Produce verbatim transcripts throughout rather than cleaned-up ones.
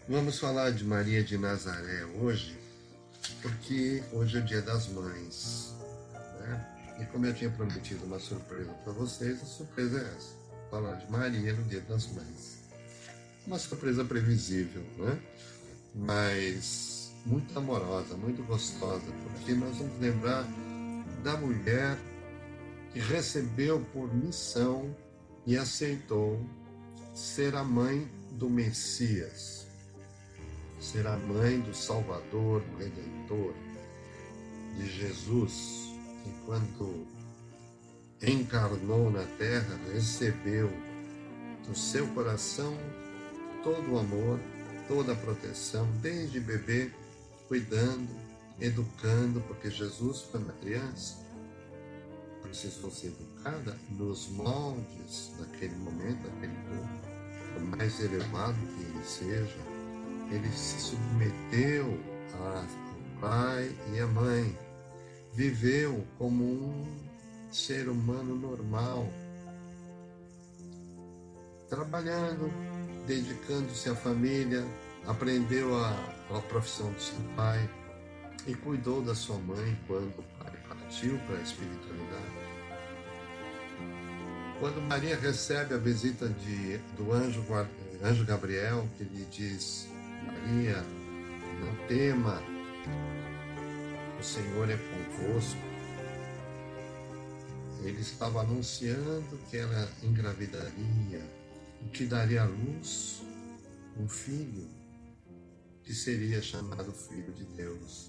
Vamos falar de Maria de Nazaré hoje, porque hoje é o Dia das Mães, né? E como eu tinha prometido uma surpresa para vocês, a surpresa é essa: falar de Maria no Dia das Mães. Uma surpresa previsível, né? Mas muito amorosa, muito gostosa, porque nós vamos lembrar da mulher que recebeu por missão e aceitou ser a mãe do Messias, ser a mãe do Salvador, do Redentor, de Jesus, que quando encarnou na terra, recebeu no seu coração todo o amor, toda a proteção, desde bebê, cuidando, educando, porque Jesus foi uma criança, precisou ser educada nos moldes daquele momento, daquele povo, por mais elevado que ele seja. Ele se submeteu ao pai e à mãe, viveu como um ser humano normal, trabalhando, dedicando-se à família, aprendeu a, a profissão do seu pai e cuidou da sua mãe quando o pai partiu para a espiritualidade. Quando Maria recebe a visita de, do anjo, anjo Gabriel, que lhe diz: Maria, não tema, o Senhor é convosco. Ele estava anunciando que ela engravidaria e que daria à luz um filho que seria chamado Filho de Deus.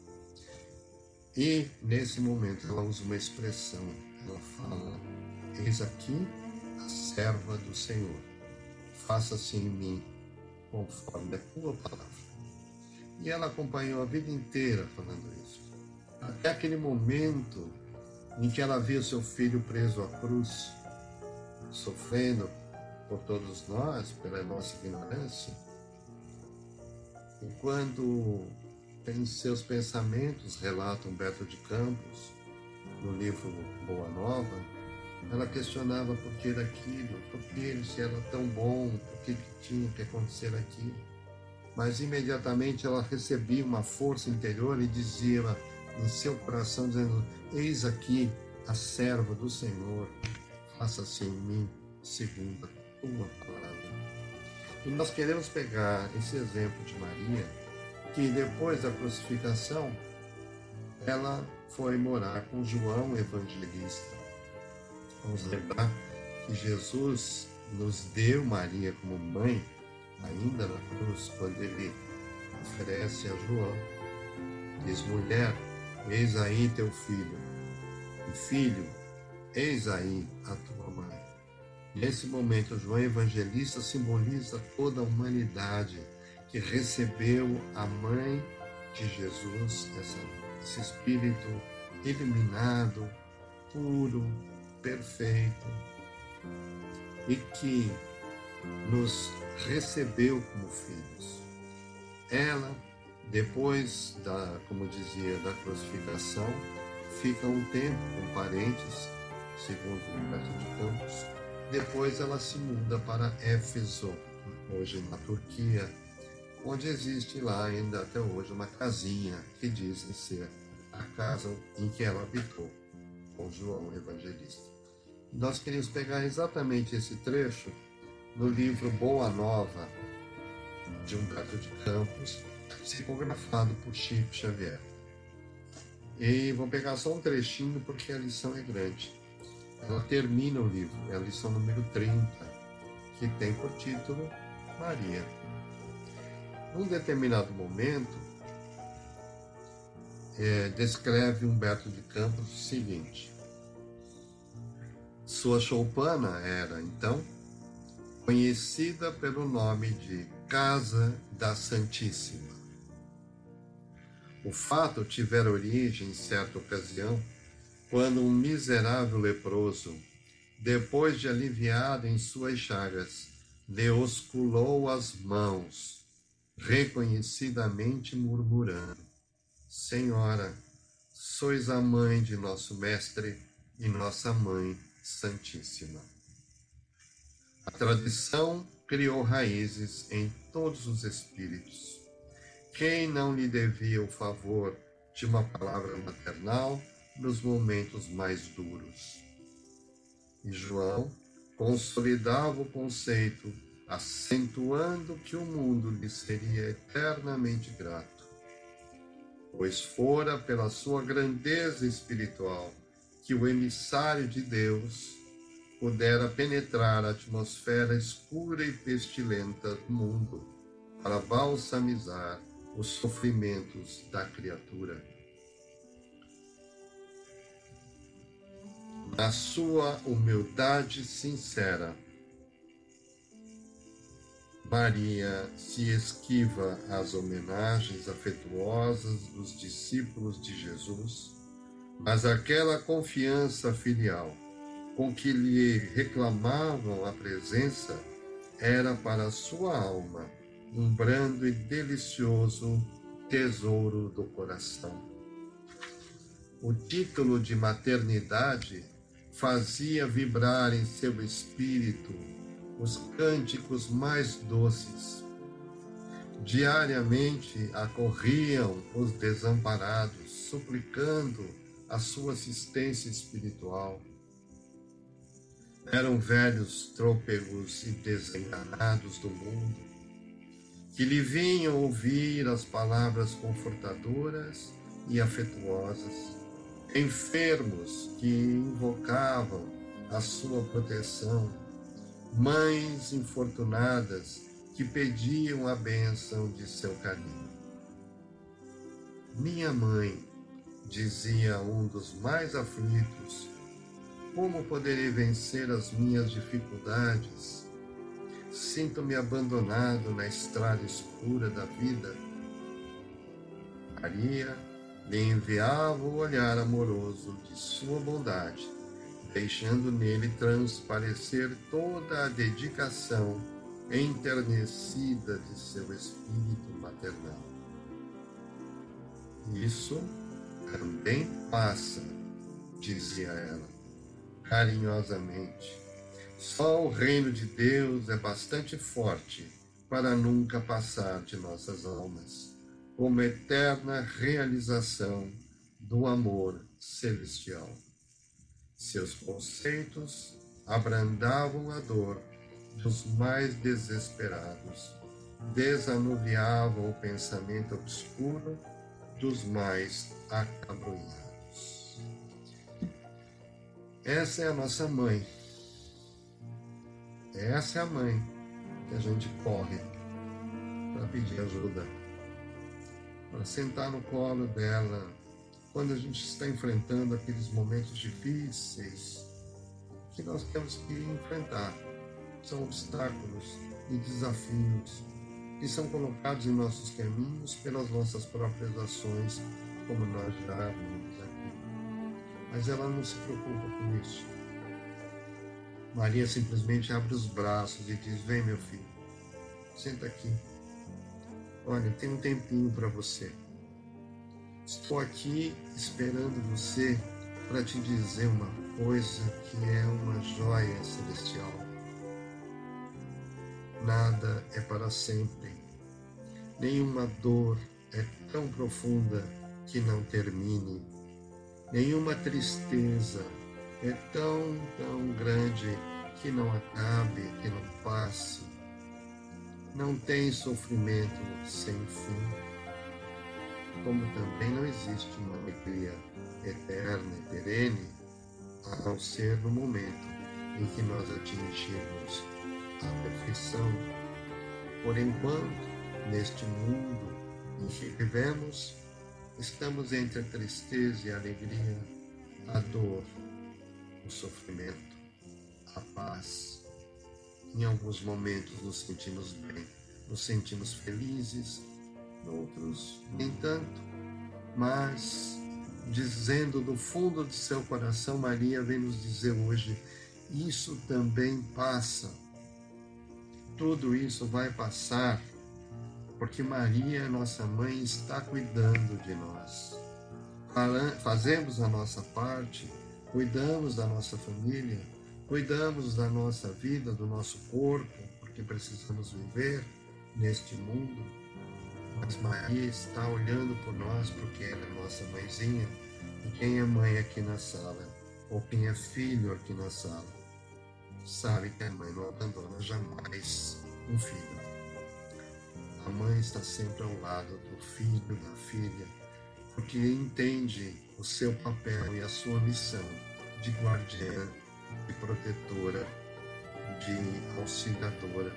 E nesse momento ela usa uma expressão, ela fala: eis aqui a serva do Senhor, faça-se em mim conforme a tua palavra. E ela acompanhou a vida inteira falando isso, até aquele momento em que ela viu seu filho preso à cruz, sofrendo por todos nós, pela nossa ignorância. E quando tem seus pensamentos, relata Humberto de Campos, no livro Boa Nova, ela questionava por que daquilo, por que ele se era tão bom, por que, que tinha que acontecer aquilo. Mas imediatamente ela recebia uma força interior e dizia em seu coração, dizendo: eis aqui a serva do Senhor, faça-se em mim segundo a tua palavra. E nós queremos pegar esse exemplo de Maria, que depois da crucificação, ela foi morar com João Evangelista. Vamos lembrar que Jesus nos deu Maria como mãe, ainda na cruz, quando ele oferece a João. Diz: mulher, eis aí teu filho, e filho, eis aí a tua mãe. Nesse momento, João Evangelista simboliza toda a humanidade que recebeu a mãe de Jesus, essa, esse espírito iluminado, puro, perfeito, e que nos recebeu como filhos. Ela, depois da, como dizia, da crucificação, fica um tempo com parentes, segundo Humberto de Campos. Depois ela se muda para Éfeso, hoje na Turquia, onde existe lá ainda até hoje uma casinha que dizem ser a casa em que ela habitou com João Evangelista. Nós queríamos pegar exatamente esse trecho no livro Boa Nova, de Humberto de Campos, psicografado por Chico Xavier. E vou pegar só um trechinho porque a lição é grande. Ela termina o livro, é a lição número trinta, que tem por título Maria. Num determinado momento, é, descreve Humberto de Campos o seguinte: sua choupana era, então, conhecida pelo nome de Casa da Santíssima. O fato tivera origem, em certa ocasião, quando um miserável leproso, depois de aliviado em suas chagas, lhe osculou as mãos, reconhecidamente murmurando: Senhora, sois a mãe de nosso Mestre e nossa Mãe Santíssima. A tradição criou raízes em todos os espíritos. Quem não lhe devia o favor de uma palavra maternal nos momentos mais duros? E João consolidava o conceito, acentuando que o mundo lhe seria eternamente grato, pois fora pela sua grandeza espiritual que o emissário de Deus pudera penetrar a atmosfera escura e pestilenta do mundo para balsamizar os sofrimentos da criatura. Na sua humildade sincera, Maria se esquiva às homenagens afetuosas dos discípulos de Jesus, mas aquela confiança filial com que lhe reclamavam a presença era para sua alma um brando e delicioso tesouro do coração. O título de maternidade fazia vibrar em seu espírito os cânticos mais doces. Diariamente acorriam os desamparados, suplicando a sua assistência espiritual. Eram velhos trôpegos e desenganados do mundo, que lhe vinham ouvir as palavras confortadoras e afetuosas, enfermos que invocavam a sua proteção, mães infortunadas que pediam a bênção de seu carinho. Minha mãe, dizia um dos mais aflitos, como poderei vencer as minhas dificuldades? Sinto-me abandonado na estrada escura da vida. Maria lhe enviava o olhar amoroso de sua bondade, deixando nele transparecer toda a dedicação enternecida de seu espírito maternal. Isso também passa, dizia ela, carinhosamente. Só o reino de Deus é bastante forte para nunca passar de nossas almas, como eterna realização do amor celestial. Seus conceitos abrandavam a dor dos mais desesperados, desanuviavam o pensamento obscuro dos mais acabrunhados. Essa é a nossa mãe. Essa é a mãe que a gente corre para pedir ajuda, para sentar no colo dela, quando a gente está enfrentando aqueles momentos difíceis que nós temos que enfrentar. São obstáculos e desafios que são colocados em nossos caminhos pelas nossas próprias ações, como nós já vimos aqui. Mas ela não se preocupa com isso. Maria simplesmente abre os braços e diz: vem, meu filho, senta aqui. Olha, tem um tempinho para você. Estou aqui esperando você para te dizer uma coisa que é uma joia celestial. Nada é para sempre. Nenhuma dor é tão profunda que não termine. Nenhuma tristeza é tão, tão grande que não acabe, que não passe. Não tem sofrimento sem fim, como também não existe uma alegria eterna e perene, a não ser no momento em que nós atingirmos a perfeição. Por enquanto, neste mundo em que vivemos, estamos entre a tristeza e a alegria, a dor, o sofrimento, a paz. Em alguns momentos nos sentimos bem, nos sentimos felizes, outros nem tanto, mas dizendo do fundo de seu coração, Maria vem nos dizer hoje: isso também passa. Tudo isso vai passar, porque Maria, nossa mãe, está cuidando de nós. Fazemos a nossa parte, cuidamos da nossa família, cuidamos da nossa vida, do nosso corpo, porque precisamos viver neste mundo, mas Maria está olhando por nós porque ela é nossa mãezinha. E quem é mãe aqui na sala, ou quem é filho aqui na sala, sabe que a mãe não abandona jamais um filho. A mãe está sempre ao lado do filho, da filha, porque entende o seu papel e a sua missão de guardiã, de protetora, de auxiliadora.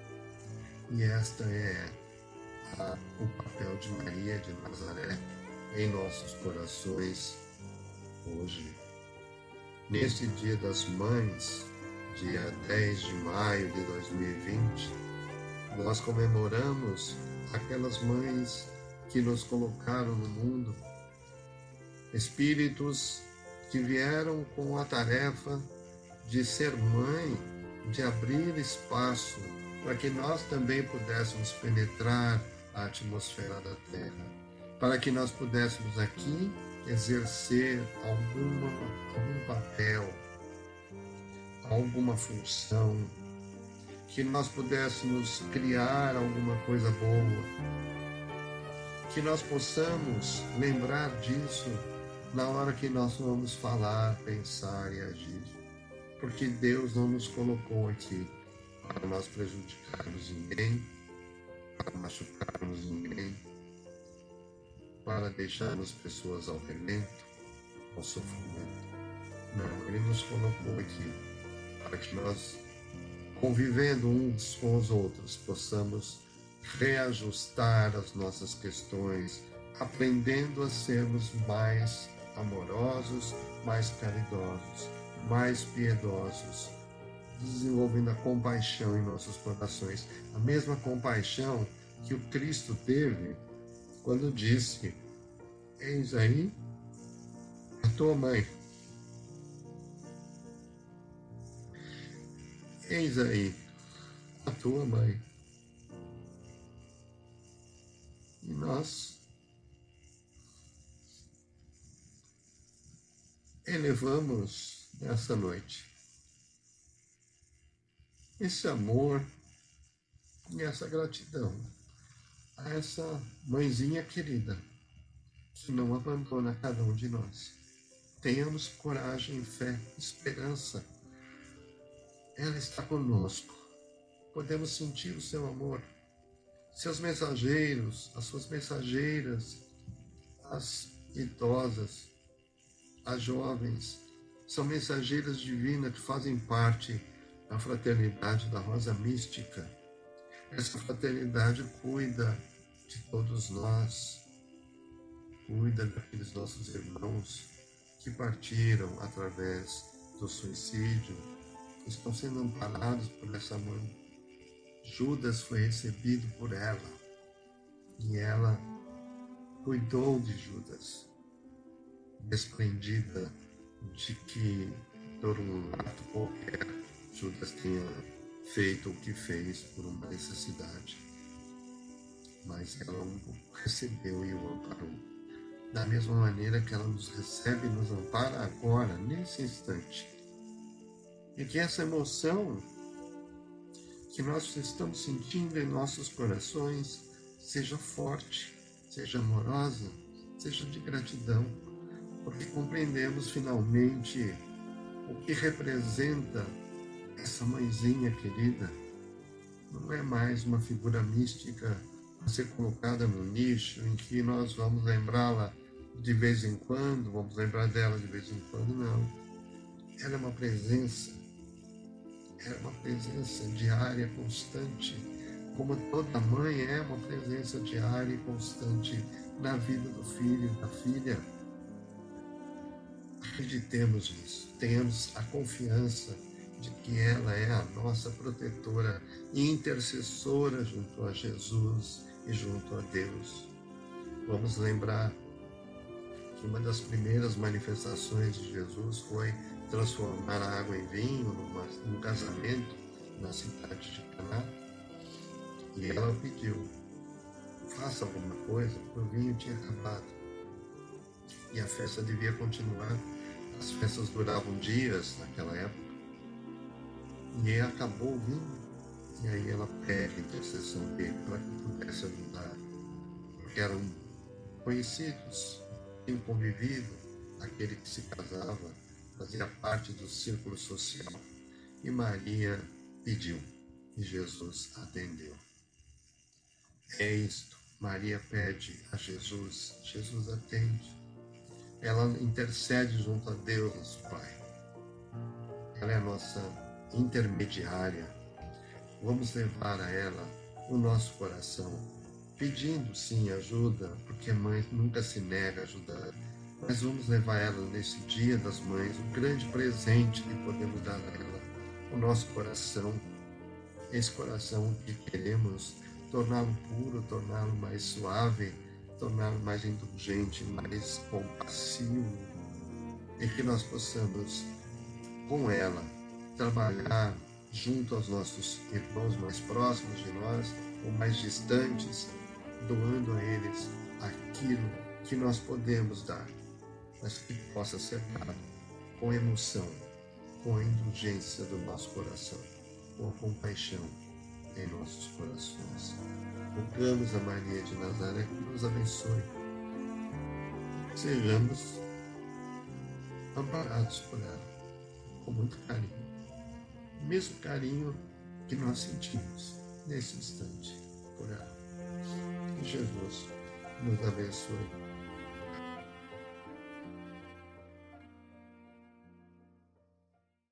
E esta é a, o papel de Maria de Nazaré em nossos corações hoje. Neste Dia das Mães, dia dez de maio de dois mil e vinte, nós comemoramos aquelas mães que nos colocaram no mundo, espíritos que vieram com a tarefa de ser mãe, de abrir espaço para que nós também pudéssemos penetrar a atmosfera da Terra, para que nós pudéssemos aqui exercer alguma, algum papel, alguma função, que nós pudéssemos criar alguma coisa boa, que nós possamos lembrar disso na hora que nós vamos falar, pensar e agir, porque Deus não nos colocou aqui para nós prejudicarmos ninguém, para machucarmos ninguém, para deixarmos pessoas ao relento, ao sofrimento. Não, Ele nos colocou aqui para que nós, convivendo uns com os outros, possamos reajustar as nossas questões, aprendendo a sermos mais amorosos, mais caridosos, mais piedosos, desenvolvendo a compaixão em nossos corações, a mesma compaixão que o Cristo teve quando disse: eis aí a tua mãe, eis aí a tua mãe. E nós elevamos nessa noite esse amor e essa gratidão a essa mãezinha querida que não abandona cada um de nós. Tenhamos coragem, fé, esperança. Ela está conosco. Podemos sentir o seu amor. Seus mensageiros, as suas mensageiras, as idosas, as jovens, são mensageiras divinas que fazem parte da fraternidade da Rosa Mística. Essa fraternidade cuida de todos nós, cuida daqueles nossos irmãos que partiram através do suicídio, estão sendo amparados por essa mãe. Judas foi recebido por ela e ela cuidou de Judas, desprendida de que por um ato qualquer Judas tenha feito o que fez por uma necessidade, mas ela o recebeu e o amparou, da mesma maneira que ela nos recebe e nos ampara agora, nesse instante. E que essa emoção que nós estamos sentindo em nossos corações seja forte, seja amorosa, seja de gratidão, porque compreendemos finalmente o que representa essa mãezinha querida. Não é mais uma figura mística a ser colocada no nicho em que nós vamos lembrá-la de vez em quando, vamos lembrar dela de vez em quando, não. Ela é uma presença, é uma presença diária, constante, como toda mãe é uma presença diária e constante na vida do filho e da filha. Acreditemos nisso, tenhamos a confiança de que ela é a nossa protetora e intercessora junto a Jesus e junto a Deus. Vamos lembrar que uma das primeiras manifestações de Jesus foi transformar a água em vinho numa, num casamento na cidade de Caná. E ela pediu: faça alguma coisa, porque o vinho tinha acabado. E a festa devia continuar. As festas duravam dias naquela época. E acabou o vinho. E aí ela pede a intercessão dele para que pudesse ajudar, porque eram conhecidos, tinham convivido, aquele que se casava fazia parte do círculo social. E Maria pediu, e Jesus atendeu. É isto, Maria pede a Jesus, Jesus atende. Ela intercede junto a Deus, nosso Pai. Ela é a nossa intermediária. Vamos levar a ela o nosso coração, pedindo sim ajuda, porque a mãe nunca se nega a ajudar. Mas vamos levar ela nesse Dia das Mães, o grande presente que podemos dar a ela, o nosso coração, esse coração que queremos torná-lo puro, torná-lo mais suave, torná-lo mais indulgente, mais compassivo, e que nós possamos, com ela, trabalhar junto aos nossos irmãos mais próximos de nós ou mais distantes, doando a eles aquilo que nós podemos dar, mas que possa ser dado com emoção, com a indulgência do nosso coração, com a compaixão em nossos corações. Rogamos a Maria de Nazaré que nos abençoe. Sejamos amparados por ela, com muito carinho. O mesmo carinho que nós sentimos nesse instante por ela. Que Jesus nos abençoe.